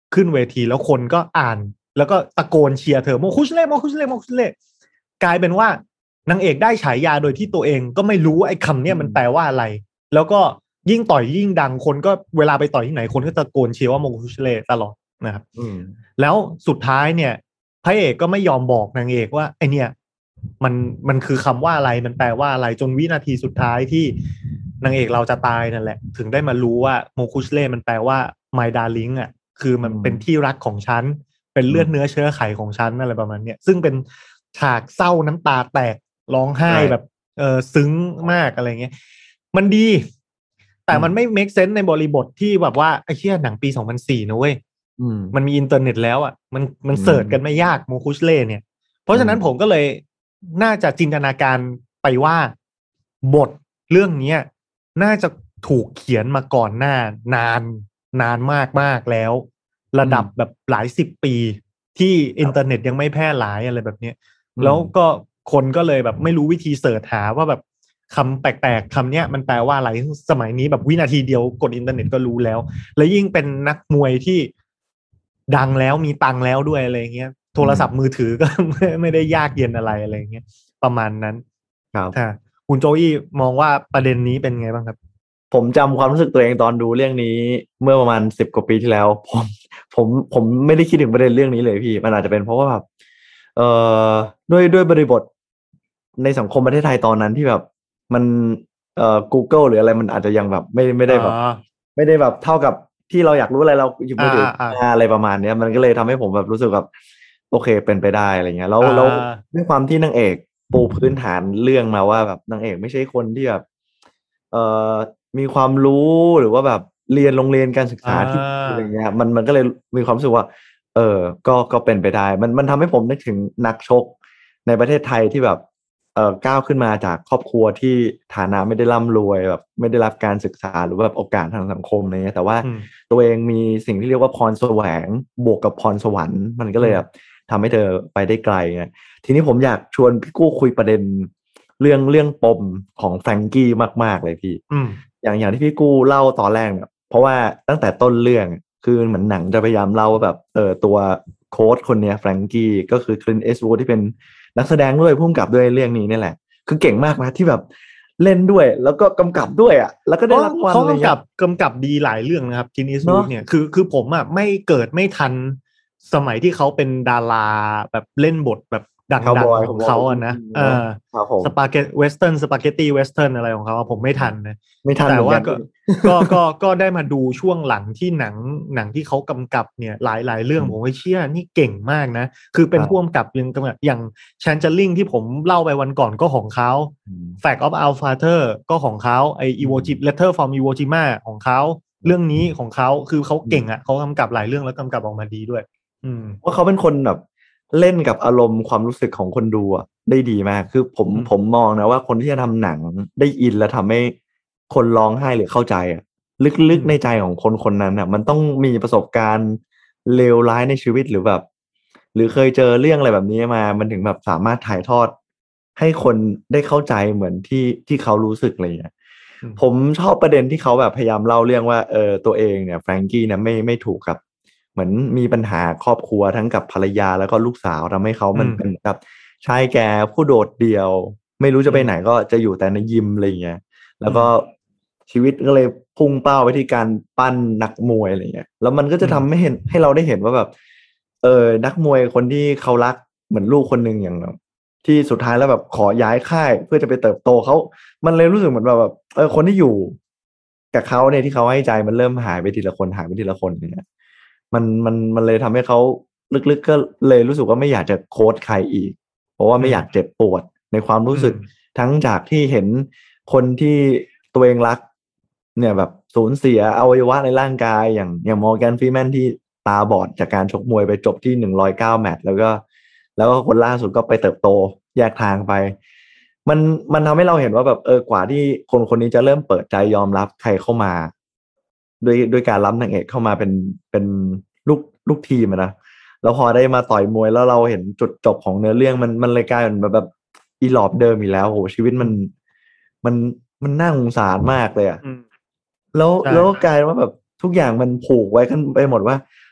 ขึ้นเวทีแล้วคนก็อ่านแล้วก็ตะโกนเชียร์เธอโมคุชเล่โมคุชเล่โมคุชเล่กลายเป็นว่านางเอกได้ฉายาโดยที่ตัวเองก็ไม่รู้ไอ้คำเนี้ยมันแปลว่าอะไรแล้วก็ยิ่งต่อยยิ่งดังคนก็เวลาไปต่อยที่ไหนคนก็ตะโกนเชียร์ว่าโมคุชเล่ตลอดนะครับแล้วสุดท้ายเนี่ยพระเอกก็ไม่ยอมบอกนางเอกว่าไอเนี่ยมันมันคือคำว่าอะไรมันแปลว่าอะไรจนวินาทีสุดท้ายที่นางเอกเราจะตายนั่นแหละถึงได้มารู้ว่าโมคุชเล่มันแปลว่า my darling อ่ะคือมันเป็นที่รักของฉันเป็นเลือดเนื้อเชื้อไขของฉันอะไรประมาณเนี้ยซึ่งเป็นฉากเศร้าน้ำตาแตกร้องไห้แบบเออซึ้งมากอะไรเงี้ยมันดีแต่มันไม่ make sense ในบริบทที่แบบว่าไอ้เหี้ยหนังปีสองพันสี่นะเว้ยมันมีอินเทอร์เน็ตแล้วอ่ะมันมันเสิร์ชกันไม่ยากโมคุชเล่เนี่ยเพราะฉะนั้นผมก็เลยน่าจะจินตนาการไปว่าบทเรื่องนี้น่าจะถูกเขียนมาก่อนหน้านานนานมากมากแล้วระดับแบบหลายสิบปีที่อินเทอร์เน็ตยังไม่แพร่หลายอะไรแบบนี้แล้วก็คนก็เลยแบบไม่รู้วิธีเสิร์ชหาว่าแบบคำแปลกๆคำเนี้ยมันแปลว่าอะไรสมัยนี้แบบวินาทีเดียวกดอินเทอร์เน็ตก็รู้แล้วและยิ่งเป็นนักมวยที่ดังแล้วมีตังแล้วด้วยอะไรเงี้ยโทรศัพท์มือถือก็ไม่ได้ยากเย็นอะไรอะไรเงี้ยประมาณนั้นครับคุณโจอี้มองว่าประเด็นนี้เป็นไงบ้างครับผมจำความรู้สึกตัวเองตอนดูเรื่องนี้เมื่อประมาณสิบกว่าปีที่แล้วผมผมผมไม่ได้คิดถึงประเด็นเรื่องนี้เลยพี่มันอาจจะเป็นเพราะว่าแบบเอ่อด้วยด้วยบริบทในสังคมประเทศไทยตอนนั้นที่แบบมันเอ่อ Google หรืออะไรมันอาจจะยังแบบไม่ไม่ได้แบบไม่ได้แบบเท่ากับที่เราอยากรู้อะไรเราหยิบมือถืออะไรประมาณนี้มันก็เลยทำให้ผมแบบรู้สึกแบบโอเคเป็นไปได้อะไรเงี้ยแล้วแล้วด้วยความที่นางเอกปูพื้นฐานเรื่องมาว่าแบบนางเอกไม่ใช่คนที่แบบเอ่อมีความรู้หรือว่าแบบเรียนโรงเรียนการศึกษาที่อะไรเงี้ยมันมันก็เลยมีความรู้สึกว่าเออก็ก็เป็นไปได้มันมันทำให้ผมนึกถึงนักชกในประเทศไทยที่แบบเอ่อก้าวขึ้นมาจากครอบครัวที่ฐานะไม่ได้ร่ำรวยแบบไม่ได้รับการศึกษาหรือว่าแบบโอกาสทางสังคมอะไรเงี้ยแต่ว่าตัวเองมีสิ่งที่เรียกว่าพรแสวงบวกกับพรสวรรค์มันก็เลยแบบทำให้เธอไปได้ไกลไงทีนี้ผมอยากชวนพี่กู้คุยประเด็นเรื่องเรื่องปมของแฟรงกี้มากๆเลยพี่อย่างอย่างที่พี่กู้เล่าตอนแรกเนี่ยเพราะว่าตั้งแต่ต้นเรื่องคือเหมือนหนังจะพยายามเล่าว่าแบบเออตัวโค้ชคนเนี้ยแฟรงกี้ก็คือคลินต์อีสต์วูดที่เป็นนักแสดงด้วยพุ่มกับด้วยเรื่องนี้นี่แหละคือเก่งมากนะที่แบบเล่นด้วยแล้วก็กำกับด้วยอ่ะแล้วก็ได้รางวัลเขากำกับกำกับดีหลายเรื่องนะครับคลินต์อีสต์วูดเนี่ยคือคือผมอ่ะไม่เกิดไม่ทันสมัยที่เขาเป็นดาราแบบเล่นบทแบบดังๆของเขาอ่ะนะเออสปาเกตเวสเทิร์นสปาเกตตี้เวสเทิร์นอะไรของเขาผมไม่ทันนะไม่ทันแต่ว่าก็ก็ก็ก็ได้มาดูช่วงหลังที่หนังหนังที่เขากำกับเนี่ยหลายหลายเรื่องผมว่าเชื่อนี่เก่งมากนะคือเป็นผู้กำกับยังอย่างแชนเจอริงที่ผมเล่าไปวันก่อนก็ของเขา Fact of Our Father ก็ของเขาไอ Iwo Jima Letter from Iwo Jima ของเขาเรื่องนี้ของเขาคือเขาเก่งอ่ะเขากำกับหลายเรื่องแล้วกำกับออกมาดีด้วยว่าเขาเป็นคนแบบเล่นกับอารมณ์ความรู้สึกของคนดูอ่ะได้ดีมากคือผมผมมองนะว่าคนที่จะทำหนังได้อินและทำให้คนร้องไห้หรือเข้าใจอ่ะลึกๆในใจของคนคนนั้นอ่ะมันต้องมีประสบการณ์เลวร้ายในชีวิตหรือแบบหรือเคยเจอเรื่องอะไรแบบนี้มามันถึงแบบสามารถถ่ายทอดให้คนได้เข้าใจเหมือนที่ที่เขารู้สึกอะไรอย่างเงี้ยผมชอบประเด็นที่เขาแบบพยายามเล่าเรื่องว่าเออตัวเองเนี่ยแฟรงกี้เนี่ยไม่ไม่ถูกกับเหมือนมีปัญหาครอบครัวทั้งกับภรรยาแล้วก็ลูกสาวทำให้เขามันเป็นแบบชายแก่ผู้โดดเดี่ยวไม่รู้จะไปไหนก็จะอยู่แต่ในยิมอะไรเงี้ยแล้วก็ชีวิตก็เลยพุ่งเป้าไปที่การปั้นนักมวยอะไรเงี้ยแล้วมันก็จะทำให้เห็นให้เราได้เห็นว่าแบบเออนักมวยคนที่เขารักเหมือนลูกคนหนึ่งอย่างที่สุดท้ายแล้วแบบขอย้ายค่ายเพื่อจะไปเติบโตเขามันเลยรู้สึกเหมือนแบบเออคนที่อยู่กับเขาเนี่ยที่เขาให้ใจมันเริ่มหายไปทีละคนหายไปทีละคนเนี่ยมันมันมันเลยทำให้เขาลึกๆก็เลยรู้สึกว่าไม่อยากจะโค้ชใครอีกเพราะว่าไม่อยากเจ็บปวดในความรู้สึกทั้งจากที่เห็นคนที่ตัวเองรักเนี่ยแบบสูญเสียอวัยวะในร่างกายอย่างอย่างมอร์แกนฟรีแมนที่ตาบอดจากการชกมวยไปจบที่หนึ่งร้อยเก้าแมตช์แล้วก็แล้วก็คนล่าสุดก็ไปเติบโตแยกทางไปมันมันทำให้เราเห็นว่าแบบเออกว่าที่คนคนนี้จะเริ่มเปิดใจยอมรับใครเข้ามาด้วยด้วยการรับนางเอกเข้ามาเป็นเป็นลูกลูกทีมนะแล้วพอได้มาต่อยมวยแล้วเราเห็นจุดจบของเนื้อเรื่องมันมันเลยกลายเป็นแบบแบบอีหลอบเดิมอีกแล้วโหชีวิตมันมันมันน่าสงสารมากเลยอะแล้วแล้วกลายว่าแบบทุกอย่างมันผูกไว้กันไปหมดว่า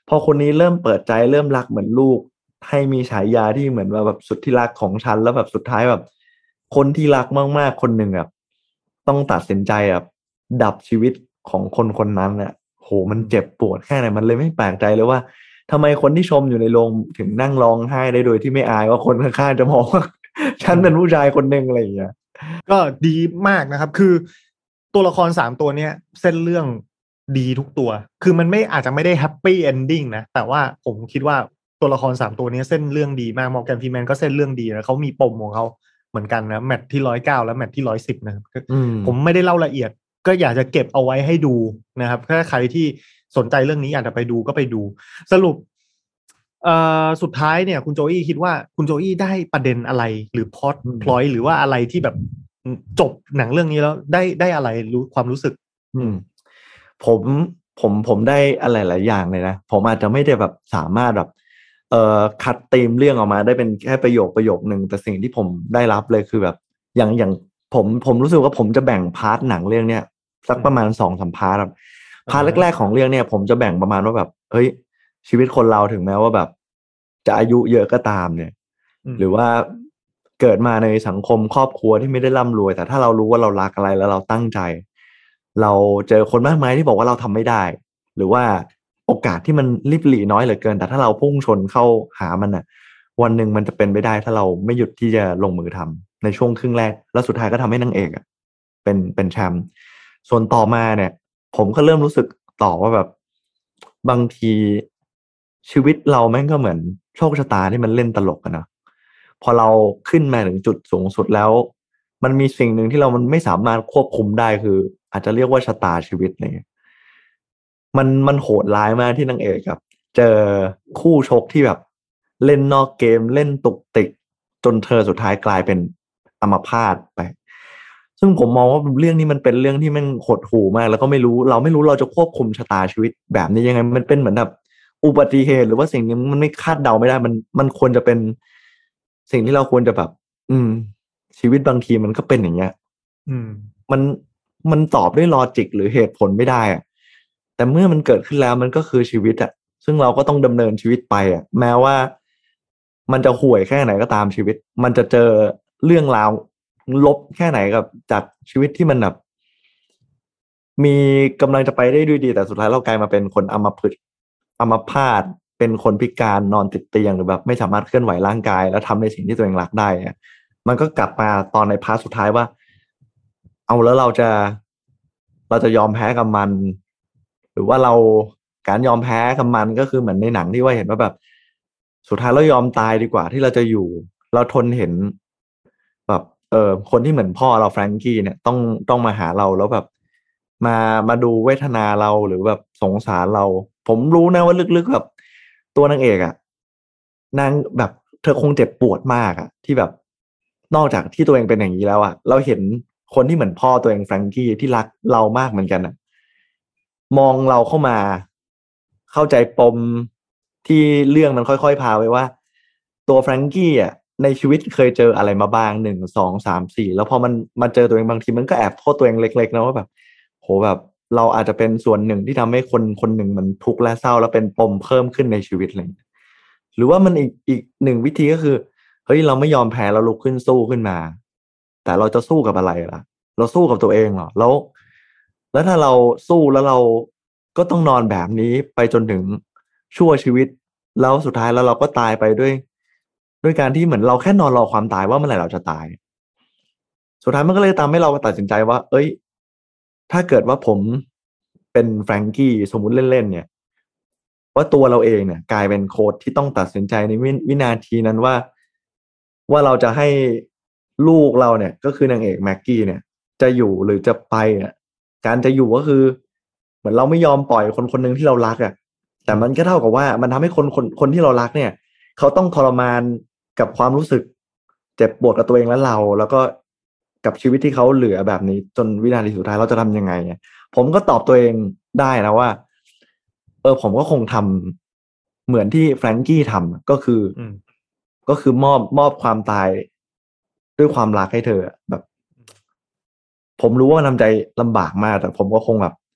พอคนนี้เริ่มเปิดใจเริ่มรักเหมือนลูกให้มีฉายาที่เหมือนว่าแบบสุดที่รักของฉันแล้วแบบสุดท้ายแบบคนที่รักมากๆคนหนึ่งแบบต้องตัดสินใจแบบดับชีวิตของคนคนนั้นเนี่ยโหมันเจ็บปวดแค่ไหนมันเลยไม่แปลกใจเลยว่าทำไมคนที่ชมอยู่ในโรงถึงนั่งร้องไห้ได้โดยที่ไม่อายว่าคนข้างๆจะมองว่าฉันเป็นผู้ชายคนหนึ่งอะไรอย่างเงี้ยก็ดีมากนะครับคือตัวละครสามตัวเนี้ยเส้นเรื่องดีทุกตัวคือมันไม่อาจจะไม่ได้แฮปปี้เอนดิ้งนะแต่ว่าผมคิดว่าตัวละครสามตัวนี้เส้นเรื่องดีมากมอร์แกนฟรีแมนก็เส้นเรื่องดีนะเขามีปมของเขาเหมือนกันนะแมตช์ที่ร้อยเก้าและแมตช์ที่ร้อยสิบนะครับผมไม่ได้เล่าละเอียดก็อยากจะเก็บเอาไว้ให้ดูนะครับถ้าใครที่สนใจเรื่องนี้อยากจะไปดูก็ไปดูสรุปเอ่อสุดท้ายเนี่ยคุณโจอี้คิดว่าคุณโจอี้ได้ประเด็นอะไรหรือพล็อตพลอยหรือว่าอะไรที่แบบจบหนังเรื่องนี้แล้วได้ได้อะไรรู้ความรู้สึกอืมผมผมผมได้อะไรหลายอย่างเลยนะผมอาจจะไม่ได้แบบสามารถแบบเอ่อคัดธีมเรื่องออกมาได้เป็นแค่ประโยคประโยคหนึ่งแต่สิ่งที่ผมได้รับเลยคือแบบอย่างอย่างผมผมรู้สึกว่าผมจะแบ่งพาร์ทหนังเรื่องเนี้ยสักประมาณสองสามพาร์ทครับพาร์ทแรกๆของเรื่องเนี่ยผมจะแบ่งประมาณว่าแบบเฮ้ยชีวิตคนเราถึงแม้ว่าแบบจะอายุเยอะก็ตามเนี่ยหรือว่าเกิดมาในสังคมครอบครัวที่ไม่ได้ร่ำรวยแต่ถ้าเรารู้ว่าเรารักอะไรแล้วเราตั้งใจเราเจอคนมากมายที่บอกว่าเราทำไม่ได้หรือว่าโอกาสที่มันริบหรี่น้อยเหลือเกินแต่ถ้าเราพุ่งชนเข้าหามันอ่ะวันหนึ่งมันจะเป็นไปได้ถ้าเราไม่หยุดที่จะลงมือทำในช่วงครึ่งแรกแล้วสุดท้ายก็ทำให้นางเอกอ่ะเป็นเป็นแชมป์ส่วนต่อมาเนี่ยผมก็เริ่มรู้สึกต่อว่าแบบบางทีชีวิตเราแม่งก็เหมือนโชคชะตาที่มันเล่นตลกกันนะพอเราขึ้นมาถึงจุดสูงสุดแล้วมันมีสิ่งหนึ่งที่เรามันไม่สามารถควบคุมได้คืออาจจะเรียกว่าชะตาชีวิตอะไรเงี้ยมันมันโหดร้ายมากที่นางเอกครับเจอคู่ชกที่แบบเล่นนอกเกมเล่นตุกติกจนเธอสุดท้ายกลายเป็นอัมพาตไปซึ่งผมมองว่าเรื่องนี้มันเป็นเรื่องที่มันหดหู่มากแล้วก็ไม่รู้เราไม่รู้เราจะควบคุมชะตาชีวิตแบบนี้ยังไงมันเป็นเหมือนแบบอุบัติเหตุหรือว่าสิ่งนี้มันไม่คาดเดาไม่ได้มันมันควรจะเป็นสิ่งที่เราควรจะแบบ อืมชีวิตบางทีมันก็เป็นอย่างเงี้ยอืมมันมันตอบด้วยลอจิกหรือเหตุผลไม่ได้อะแต่เมื่อมันเกิดขึ้นแล้วมันก็คือชีวิตอะซึ่งเราก็ต้องดำเนินชีวิตไปอะแม้ว่ามันจะห่วยแค่ไหนก็ตามชีวิตมันจะเจอเรื่องราวลบแค่ไหนกับจากชีวิตที่มันแบบมีกำลังจะไปได้ด้วยดีแต่สุดท้ายเรากลายมาเป็นคนอัมพฤกษ์อัมพาตเป็นคนพิการนอนติดเตียงหรือแบบไม่สามารถเคลื่อนไหวร่างกายแล้วทำในสิ่งที่ตัวเองรักได้อะ มันก็กลับมาตอนในพาร์ทสุดท้ายว่าเอาแล้วเราจะเราจะยอมแพ้กับมันหรือว่าเราการยอมแพ้กับมันก็คือเหมือนในหนังที่ว่าเห็นว่าแบบสุดท้ายเรายอมตายดีกว่าที่เราจะอยู่เราทนเห็นแบบเออคนที่เหมือนพ่อเราแฟรงกี้เนี่ยต้องต้องมาหาเราแล้วแบบมามาดูเวทนาเราหรือแบบสงสารเราผมรู้นะว่าลึกๆแบบตัวนางเอกอะนางแบบเธอคงเจ็บปวดมากอะที่แบบ นอกจากที่ตัวเองเป็นอย่างนี้แล้วอะเราเห็นคนที่เหมือนพ่อตัวเองแฟรงกี้ที่รักเรามากเหมือนกันอะมองเราเข้ามาเข้าใจปมที่เรื่องมันค่อยๆพาไปว่าตัวแฟรงกี้อะในชีวิตเคยเจออะไรมาบ้างหนึ่งสองสามสี่แล้วพอมันมาเจอตัวเองบางทีมันก็แอบโทษตัวเองเล็กๆนะว่าแบบโหแบบเราอาจจะเป็นส่วนหนึ่งที่ทำให้คนคนหนึ่งมันทุกข์และเศร้าแล้วเป็นปมเพิ่มขึ้นในชีวิตอะไรอย่างเงี้ยหรือว่ามันอีกอีกหนึ่งวิธีก็คือ เฮ้ยเราไม่ยอมแพ้เราลุกขึ้นสู้ขึ้นมาแต่เราจะสู้กับอะไรล่ะเราสู้กับตัวเองเหรอแล้วแล้วถ้าเราสู้แล้วเราก็ต้องนอนแบบนี้ไปจนถึงชั่วชีวิตแล้วสุดท้ายแล้วเราก็ตายไปด้วยด้วยการที่เหมือนเราแค่นอนรอความตายว่าเมื่อไหร่เราจะตายสุดท้ายมันก็เลยทำให้เราตัดสินใจว่าเอ้ยถ้าเกิดว่าผมเป็นแฟรงกี้สมมุติเล่นๆเนี่ยว่าตัวเราเองเนี่ยกลายเป็นโค้ชที่ต้องตัดสินใจในวิวินาทีนั้นว่า ว่าเราจะให้ลูกเราเนี่ยก็คือนางเอกแม็กกี้เนี่ยจะอยู่หรือจะไปอ่ะการจะอยู่ก็คือเหมือนเราไม่ยอมปล่อยคนคนหนึ่งที่เรารักอ่ะแต่มันก็เท่ากับว่ามันทำให้คนคนคนที่เรารักเนี่ยเขาต้องทรมานกับความรู้สึกเจ็บปวดกับตัวเองและเราแล้วก็กับชีวิตที่เขาเหลือแบบนี้จนวินาทีสุดท้ายเราจะทำยังไงเนี่ยผมก็ตอบตัวเองได้นะว่าเออผมก็คงทำเหมือนที่แฟรงกี้ทำก็คือ ก็คือมอบมอบความตายด้วยความรักให้เธอแบบผมรู้ว่าทำใจลำบากมากแต่ผมก็คงแบบ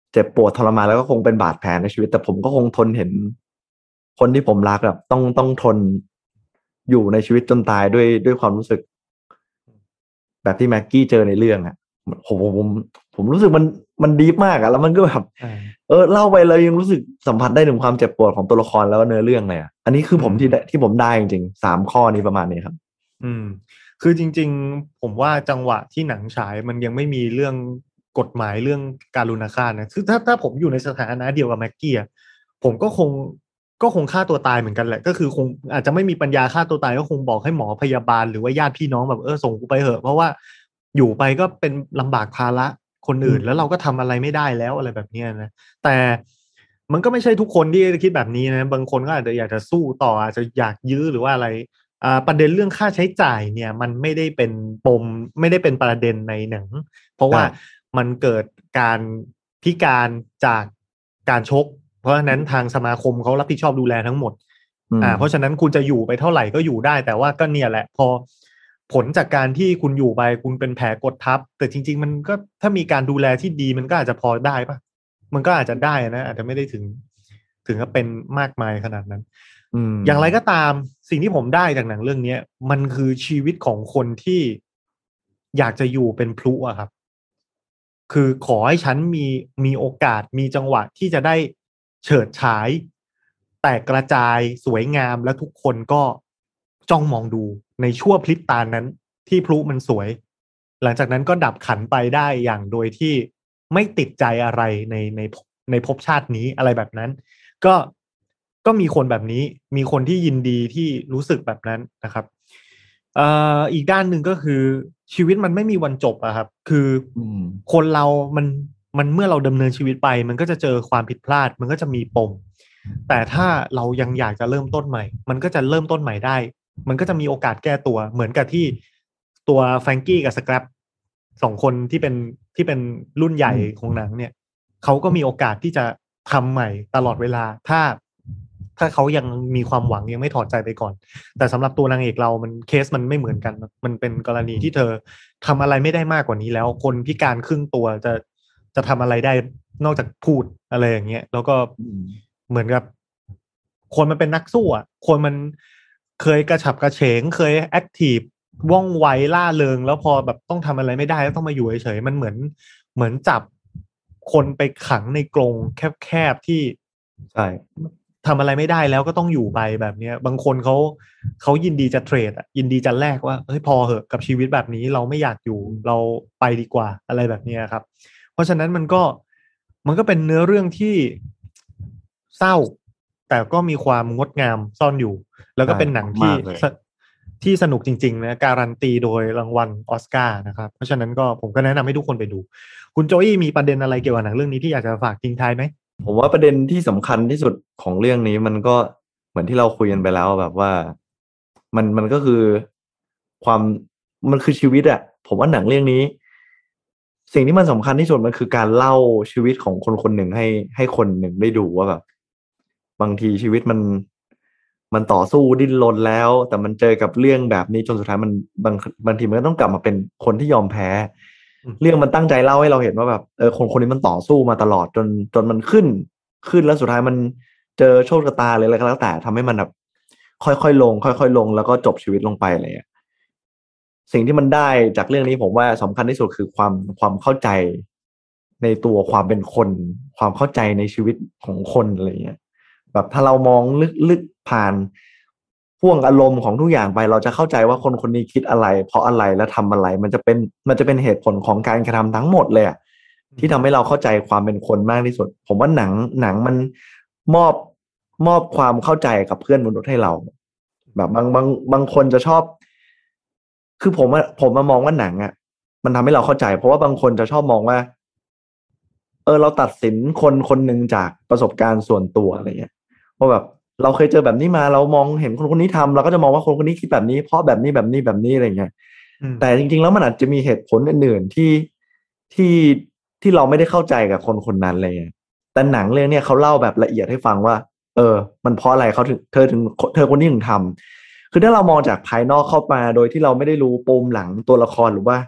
เจ็บปวดทรมานแล้วก็คงเป็นบาดแผลในชีวิตแต่ผมก็คงทนเห็นคนที่ผมรักแบบต้องต้องทนอยู่ในชีวิตจนตายด้วยด้วยความรู้สึกแบบที่แม็กกี้เจอในเรื่องอ่ะผมผมผมรู้สึกมันมันดีฟมากอ่ะแล้วมันก็แบบเออเล่าไปเลยยังรู้สึกสัมผัสได้ถึงความเจ็บปวดของตัวละครแล้วก็เนื้อเรื่องเลยอ่ะอันนี้คือผมที่ที่ผมได้จริงๆสามข้อนี้ประมาณนี้ครับอืมคือจริงๆผมว่าจังหวะที่หนังฉายมันยังไม่มีเรื่องกฎหมายเรื่องการุณฆาตนะคือถ้าถ้าผมอยู่ในสถานะเดียวกับแม็กกี้อ่ะผมก็คงก็คงฆ่าตัวตายเหมือนกันแหละก็คือคงอาจจะไม่มีปัญญาฆ่าตัวตายก็คงบอกให้หมอพยาบาลหรือว่าญาติพี่น้องแบบเออส่งกูไปเหอะเพราะว่าอยู่ไปก็เป็นลำบากภาระคนอื่นแล้วเราก็ทำอะไรไม่ได้แล้วอะไรแบบนี้นะแต่มันก็ไม่ใช่ทุกคนที่คิดแบบนี้นะบางคนก็อาจจะอยากจะสู้ต่ออาจจะอยากยื้อหรือว่าอะไรอ่าประเด็นเรื่องค่าใช้จ่ายเนี่ยมันไม่ได้เป็นปมไม่ได้เป็นประเด็นในหนังเพราะว่ามันเกิดการพิการจากการชกเพราะฉะนั้นทางสมาคมเขารับผิดชอบดูแลทั้งหมดอ่าเพราะฉะนั้นคุณจะอยู่ไปเท่าไหร่ก็อยู่ได้แต่ว่าก็เนี่ยแหละพอผลจากการที่คุณอยู่ไปคุณเป็นแผลกดทับแต่จริงๆมันก็ถ้ามีการดูแลที่ดีมันก็อาจจะพอได้ปะมันก็อาจจะได้นะอาจจะไม่ได้ถึงถึงกับเป็นมากมายขนาดนั้นอย่างไรก็ตามสิ่งที่ผมได้จากหนังเรื่องนี้มันคือชีวิตของคนที่อยากจะอยู่เป็นพลุอะครับคือขอให้ฉันมีมีโอกาสมีจังหวะที่จะได้เฉิดฉายแตกกระจายสวยงามและทุกคนก็จ้องมองดูในชั่วพริบตานั้นที่พลุมันสวยหลังจากนั้นก็ดับขันไปได้อย่างโดยที่ไม่ติดใจอะไรในในในภพชาตินี้อะไรแบบนั้นก็ก็มีคนแบบนี้มีคนที่ยินดีที่รู้สึกแบบนั้นนะครับเอ่ออีกด้านหนึ่งก็คือชีวิตมันไม่มีวันจบอะครับคือคนเรามันมันเมื่อเราดำเนินชีวิตไปมันก็จะเจอความผิดพลาดมันก็จะมีปมแต่ถ้าเรายังอยากจะเริ่มต้นใหม่มันก็จะเริ่มต้นใหม่ได้มันก็จะมีโอกาสแก้ตัวเหมือนกับที่ตัวแฟรงกี้กับสแครปสองคนที่เป็นที่เป็นรุ่นใหญ่ของหนังเนี่ยเขาก็มีโอกาสที่จะทำใหม่ตลอดเวลาถ้าถ้าเขายังมีความหวังยังไม่ถอดใจไปก่อนแต่สำหรับตัวนางเอกเรามันเคสมันไม่เหมือนกันมันเป็นกรณีที่เธอทำอะไรไม่ได้มากกว่านี้แล้วคนพิการครึ่งตัวจะจะทำอะไรได้นอกจากพูดอะไรอย่างเงี้ยแล้วก็เหมือนกับคนมันเป็นนักสู้อ่ะคนมันเคยกระฉับกระเฉงเคยแอคทีฟว่องไวล่าเริงแล้วพอแบบต้องทำอะไรไม่ได้แล้วต้องมาอยู่เฉยๆมันเหมือนเหมือนจับคนไปขังในกรงแคบๆที่ใช่ทำอะไรไม่ได้แล้วก็ต้องอยู่ไปแบบนี้บางคนเขาเขายินดีจะเทรดอ่ะยินดีจะแลกว่าเฮ้ยพอเหอะกับชีวิตแบบนี้เราไม่อยากอยู่เราไปดีกว่าอะไรแบบนี้ครับเพราะฉะนั้นมันก็มันก็เป็นเนื้อเรื่องที่เศร้าแต่ก็มีความงดงามซ่อนอยู่แล้วก็เป็นหนังที่ที่สนุกจริงๆนะการันตีโดยรางวัลออสการ์นะครับเพราะฉะนั้นก็ผมก็แนะนำให้ทุกคนไปดูคุณโจอี้มีประเด็นอะไรเกี่ยวกับหนังเรื่องนี้ที่อยากจะฝากทิ้งท้ายไหมผมว่าประเด็นที่สำคัญที่สุดของเรื่องนี้มันก็เหมือนที่เราคุยกันไปแล้วแบบว่ามันมันก็คือความมันคือชีวิตอะผมว่าหนังเรื่องนี้สิ่งที่มันสำคัญที่สุดมันคือการเล่าชีวิตของคนคนหนึ่งให้ให้คนหนึ่งได้ดูว่าแบบบางทีชีวิตมันมันต่อสู้ดิ้นรนแล้วแต่มันเจอกับเรื่องแบบนี้จนสุดท้ายมันบางบางทีมันก็ต้องกลับมาเป็นคนที่ยอมแพ้เรื่องมันตั้งใจเล่าให้เราเห็นว่าแบบเออคนคนนี้มันต่อสู้มาตลอดจนจนมันขึ้นขึ้นแล้วสุดท้ายมันเจอโชคชะตาเลยอะไรก็แล้วแต่ทำให้มันแบบค่อยๆลงค่อยๆลงแล้วก็จบชีวิตลงไปอะไรอย่างเงี้ยสิ่งที่มันได้จากเรื่องนี้ผมว่าสำคัญที่สุดคือความความเข้าใจในตัวความเป็นคนความเข้าใจในชีวิตของคนอะไรอย่างเงี้ยแบบถ้าเรามองลึกๆผ่านพ่วงอารมณ์ของทุกอย่างไปเราจะเข้าใจว่าคนคนนี้คิดอะไรเพราะอะไรและทำอะไรมันจะเป็นมันจะเป็นเหตุผลของการกระทำทั้งหมดเลยอะที่ทำให้เราเข้าใจความเป็นคนมากที่สุดผมว่าหนังหนังมันมอบมอบความเข้าใจกับเพื่อนมนุษย์ให้เราแบบบางบางบางคนจะชอบคือผมอะผมมามองว่าหนังอะมันทำให้เราเข้าใจเพราะว่าบางคนจะชอบมองว่าเออเราตัดสินคนคนหนึ่งจากประสบการณ์ส่วนตัวอะไรเงี้ยว่าแบบเราเคยเจอแบบนี้มาเรามองเห็นคนคนนี้ทำเราก็จะมองว่าคนคนนี้คิดแบบนี้เพราะแบบนี้แบบนี้แบบนี้อะไรเงี้ยแต่จริงๆแล้วมันอาจจะมีเหตุผลอื่นๆที่ที่ที่เราไม่ได้เข้าใจกับคนคนนั้นอะไรเงี้ยแต่หนังเรื่องเนี้ยเขาเล่าแบบละเอียดให้ฟังว่าเออมันเพราะอะไรเขาถึงเธอถึงเธอคนนี้ถึงทำคือถ้าเรามองจากภายนอกเข้ามาโดยที่เราไม่ได้รู้ปมหลังตัวละครหรือว่า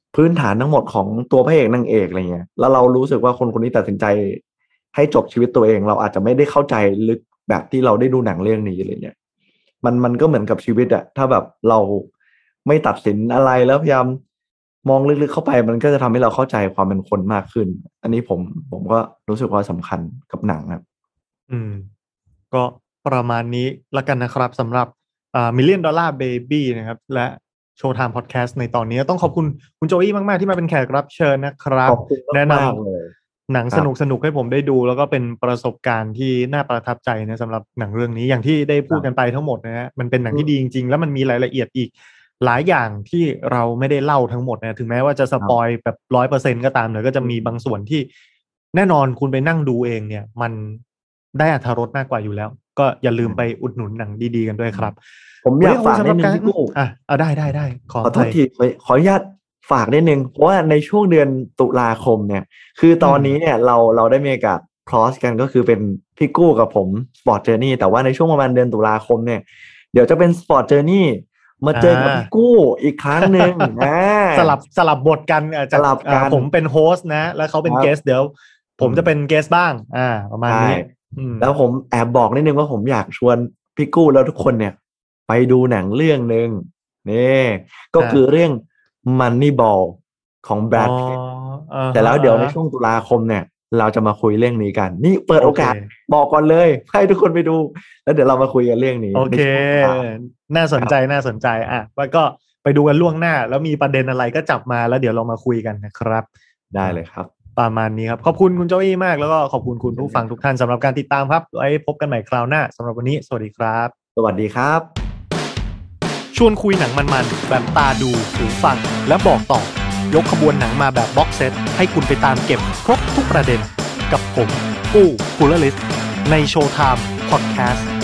พื้นฐานทั้งหมดของตัวพระเอกนางเอกอะไรเงี้ยแล้วเรารู้สึกว่าคนคนนี้ตัดสินใจให้จบชีวิตตัวเองเราอาจจะไม่ได้เข้าใจลึกแบบที่เราได้ดูหนังเรื่องนี้อะไรเงี้ยมันมันก็เหมือนกับชีวิตอะถ้าแบบเราไม่ตัดสินอะไรแล้วพยายามมองลึกๆเข้าไปมันก็จะทำให้เราเข้าใจความเป็นคนมากขึ้นอันนี้ผมผมก็รู้สึกว่าสำคัญกับหนังครับอืมก็ประมาณนี้ละกันนะครับสำหรับอ่า Million Dollar Baby นะครับและ Showtime Podcast ในตอนนี้ต้องขอบคุณคุณโจอี้มากๆที่มาเป็นแขกรับเชิญนะครับขอบคุณมากๆเลยหนังสนุกสนุกให้ผมได้ดูแล้วก็เป็นประสบการณ์ที่น่าประทับใจนะสำหรับหนังเรื่องนี้อย่างที่ได้พูดกันไปทั้งหมดนะฮะมันเป็นหนังที่ดีจริงๆแล้วมันมีรายละเอียดอีกหลายอย่างที่เราไม่ได้เล่าทั้งหมดนะถึงแม้ว่าจะสปอยแบบร้อยเปอร์เซ็นต์ก็ตามแต่ก็จะมีบางส่วนที่แน่นอนคุณไปนั่งดูเองเนี่ยมันได้อรรถรสมากกว่าอยู่แล้วก็อย่าลืมไปอุดหนุนหนังดีๆกันด้วยครับผมอยากฝากนิดนึงพี่กู้อ่ะเอาได้ได้ได้ขอโทษทีขออนุญาตฝากนิดนึงเพราะว่าในช่วงเดือนตุลาคมเนี่ยคือตอนนี้เนี่ยเราเราได้มีโอกาสคลอสกันก็คือเป็นพี่กู้กับผมสปอร์ตเจอร์นี่แต่ว่าในช่วงประมาณเดือนตุลาคมเนี่ยเดี๋ยวจะเป็นสปอร์ตเจอร์นี่มาเจอกับพี่กู้อีกครั้งหนึ่งสลับสลับบทกันสลับกันผมเป็นโฮสต์นะแล้วเขาเป็นเกสต์เดี๋ยวผมจะเป็นเกสต์บ้างอ่าประมาณนี้แล้วผมแอบบอกนิดนึงว่าผมอยากชวนพี่กู้แล้วทุกคนเนี่ยไปดูหนังเรื่องนึงนี่ก็คือเรื่อง Moneyball ของ Brad Pitt แต่แล้วเดี๋ยวในช่วงตุลาคมเนี่ยเราจะมาคุยเรื่องนี้กันนี่เปิดโอกาสบอกก่อนเลยให้ทุกคนไปดูแล้วเดี๋ยวเรามาคุยกันเรื่องนี้โอเคน่าสนใจน่าสนใจอ่ะแล้วก็ไปดูกันล่วงหน้าแล้วมีประเด็นอะไรก็จับมาแล้วเดี๋ยวเรามาคุยกันนะครับได้เลยครับประมาณนี้ครับขอบคุณคุณโจอี้มากแล้วก็ขอบคุณคุณผู้ฟังทุกท่านสำหรับการติดตามครับไว้พบกันใหม่คราวหน้าสำหรับวันนี้สวัสดีครับสวัสดีครับชวนคุยหนังมันๆแบบตาดูหูฟังและบอกต่อยกขบวนหนังมาแบบบ็อกเซตให้คุณไปตามเก็บครบทุกประเด็นกับผมกู้กุลลิสในโชว์ไทม์พอดแคสต์